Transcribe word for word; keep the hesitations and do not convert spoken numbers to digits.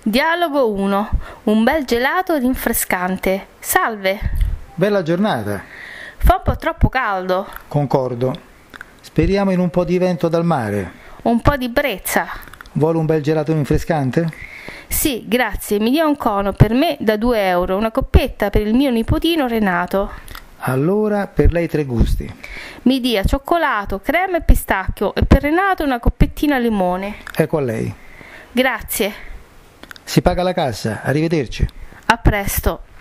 Dialogo uno. Un bel gelato rinfrescante. Salve. Bella giornata. Fa un po' troppo caldo. Concordo. Speriamo in un po' di vento dal mare. Un po' di brezza. Vuole un bel gelato rinfrescante? Sì, grazie. Mi dia un cono per me da due euro, una coppetta per il mio nipotino Renato. Allora, per lei tre gusti. Mi dia cioccolato, crema e pistacchio e per Renato una coppettina limone. Ecco a lei. Grazie. Si paga la cassa. Arrivederci. A presto.